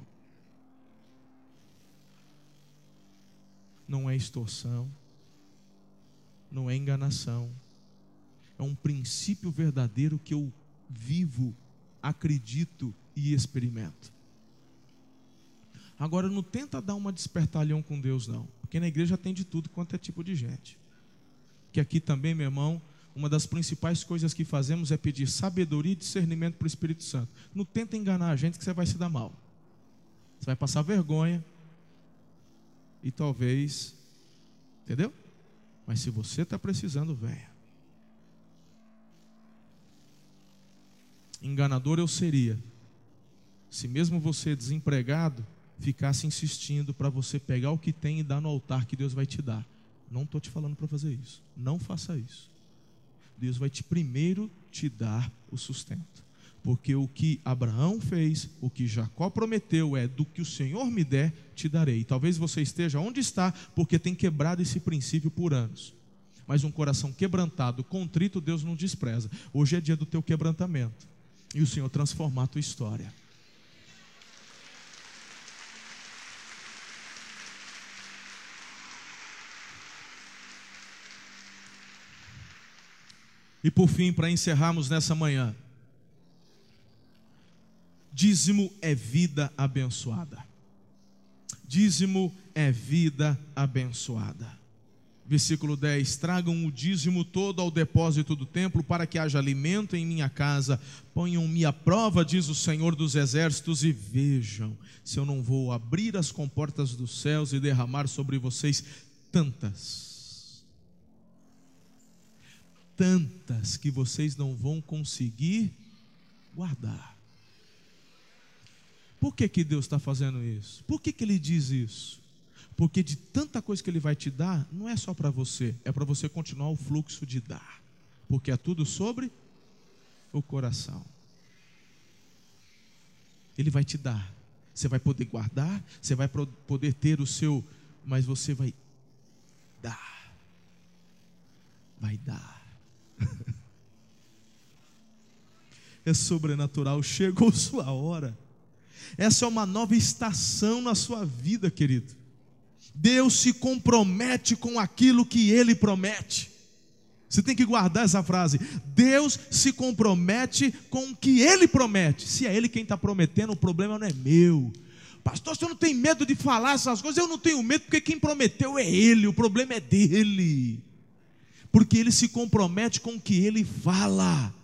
Não é extorsão, não é enganação, é um princípio verdadeiro que eu vivo, acredito e experimento. Agora não tenta dar uma despertalhão com Deus não, porque na igreja tem de tudo quanto é tipo de gente. Que aqui também, meu irmão, uma das principais coisas que fazemos é pedir sabedoria e discernimento para o Espírito Santo. Não tenta enganar a gente que você vai se dar mal. Você vai passar vergonha e talvez, entendeu? Mas se você está precisando, venha. Enganador eu seria se mesmo você desempregado ficasse insistindo para você pegar o que tem e dar no altar que Deus vai te dar. Não estou te falando para fazer isso. Não faça isso. Deus vai primeiro te dar o sustento. Porque o que Abraão fez, o que Jacó prometeu é: do que o Senhor me der, te darei. E talvez você esteja onde está porque tem quebrado esse princípio por anos. Mas um coração quebrantado, contrito, Deus não despreza. Hoje é dia do teu quebrantamento e o Senhor transformar a tua história. E por fim, para encerrarmos nessa manhã, dízimo é vida abençoada. Dízimo é vida abençoada. Versículo 10: tragam o dízimo todo ao depósito do templo, para que haja alimento em minha casa. Ponham-me à prova, diz o Senhor dos Exércitos, e vejam se eu não vou abrir as comportas dos céus e derramar sobre vocês tantas que vocês não vão conseguir guardar. Por que Deus está fazendo isso? Por que Ele diz isso? Porque de tanta coisa que Ele vai te dar, não é só para você, é para você continuar o fluxo de dar. Porque é tudo sobre o coração. Ele vai te dar. Você vai poder guardar, você vai poder ter o seu, mas você vai dar. Vai dar. É sobrenatural, chegou sua hora. Essa é uma nova estação na sua vida, querido. Deus se compromete com aquilo que Ele promete. Você tem que guardar essa frase: Deus se compromete com o que Ele promete. Se é Ele quem está prometendo, o problema não é meu. Pastor, você não tem medo de falar essas coisas? Eu não tenho medo, porque quem prometeu é Ele, o problema é dele. Porque Ele se compromete com o que Ele fala.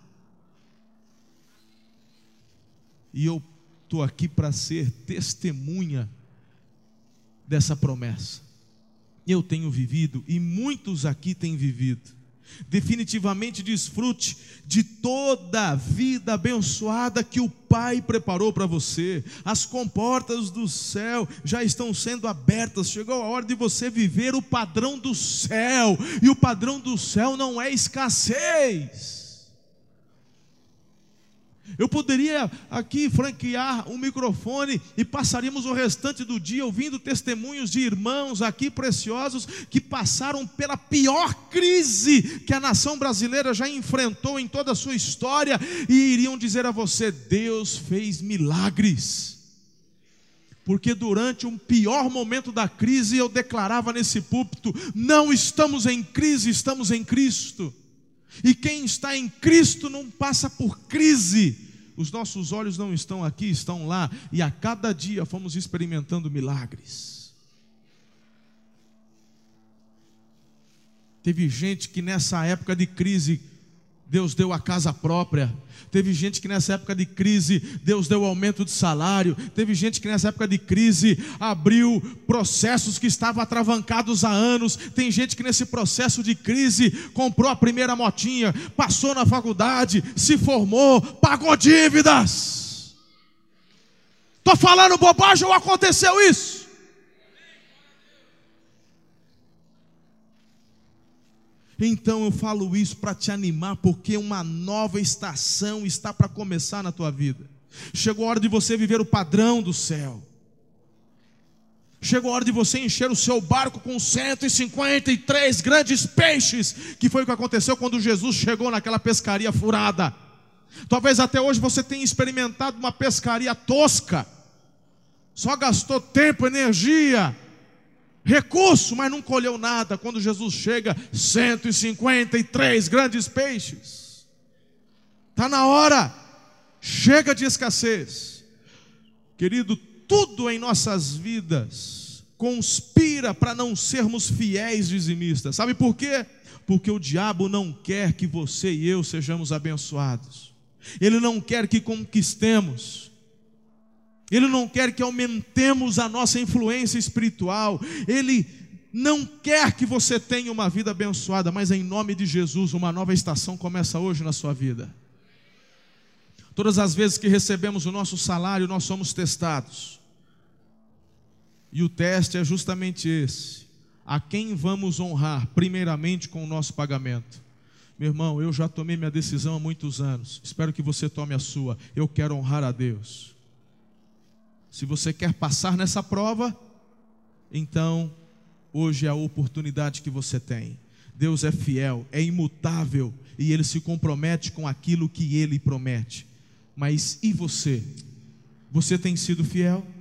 E eu estou aqui para ser testemunha dessa promessa. Eu tenho vivido, e muitos aqui têm vivido. Definitivamente desfrute de toda a vida abençoada que o Pai preparou para você. As comportas do céu já estão sendo abertas. Chegou a hora de você viver o padrão do céu. E o padrão do céu não é escassez. Eu poderia aqui franquear um microfone e passaríamos o restante do dia ouvindo testemunhos de irmãos aqui preciosos que passaram pela pior crise que a nação brasileira já enfrentou em toda a sua história e iriam dizer a você: Deus fez milagres. Porque durante um pior momento da crise eu declarava nesse púlpito: não estamos em crise, estamos em Cristo. E quem está em Cristo não passa por crise. Os nossos olhos não estão aqui, estão lá. E a cada dia fomos experimentando milagres. Teve gente que nessa época de crise Deus deu a casa própria. Teve gente que nessa época de crise Deus deu aumento de salário. Teve gente que nessa época de crise abriu processos que estavam atravancados há anos. Tem gente que nesse processo de crise comprou a primeira motinha, passou na faculdade, se formou, pagou dívidas. Estou falando bobagem ou aconteceu isso? Então eu falo isso para te animar, porque uma nova estação está para começar na tua vida. Chegou a hora de você viver o padrão do céu. Chegou a hora de você encher o seu barco com 153 grandes peixes, que foi o que aconteceu quando Jesus chegou naquela pescaria furada. Talvez até hoje você tenha experimentado uma pescaria tosca, só gastou tempo, energia, recurso, mas não colheu nada. Quando Jesus chega, 153 grandes peixes. Está na hora, chega de escassez. Querido, tudo em nossas vidas conspira para não sermos fiéis dizimistas. Sabe por quê? Porque o diabo não quer que você e eu sejamos abençoados. Ele não quer que conquistemos. Ele não quer que aumentemos a nossa influência espiritual. Ele não quer que você tenha uma vida abençoada. Mas em nome de Jesus, uma nova estação começa hoje na sua vida. Todas as vezes que recebemos o nosso salário, nós somos testados. E o teste é justamente esse: a quem vamos honrar primeiramente com o nosso pagamento? Meu irmão, eu já tomei minha decisão há muitos anos, espero que você tome a sua. Eu quero honrar a Deus. Se você quer passar nessa prova, então hoje é a oportunidade que você tem. Deus é fiel, é imutável, e Ele se compromete com aquilo que Ele promete. Mas e você? Você tem sido fiel?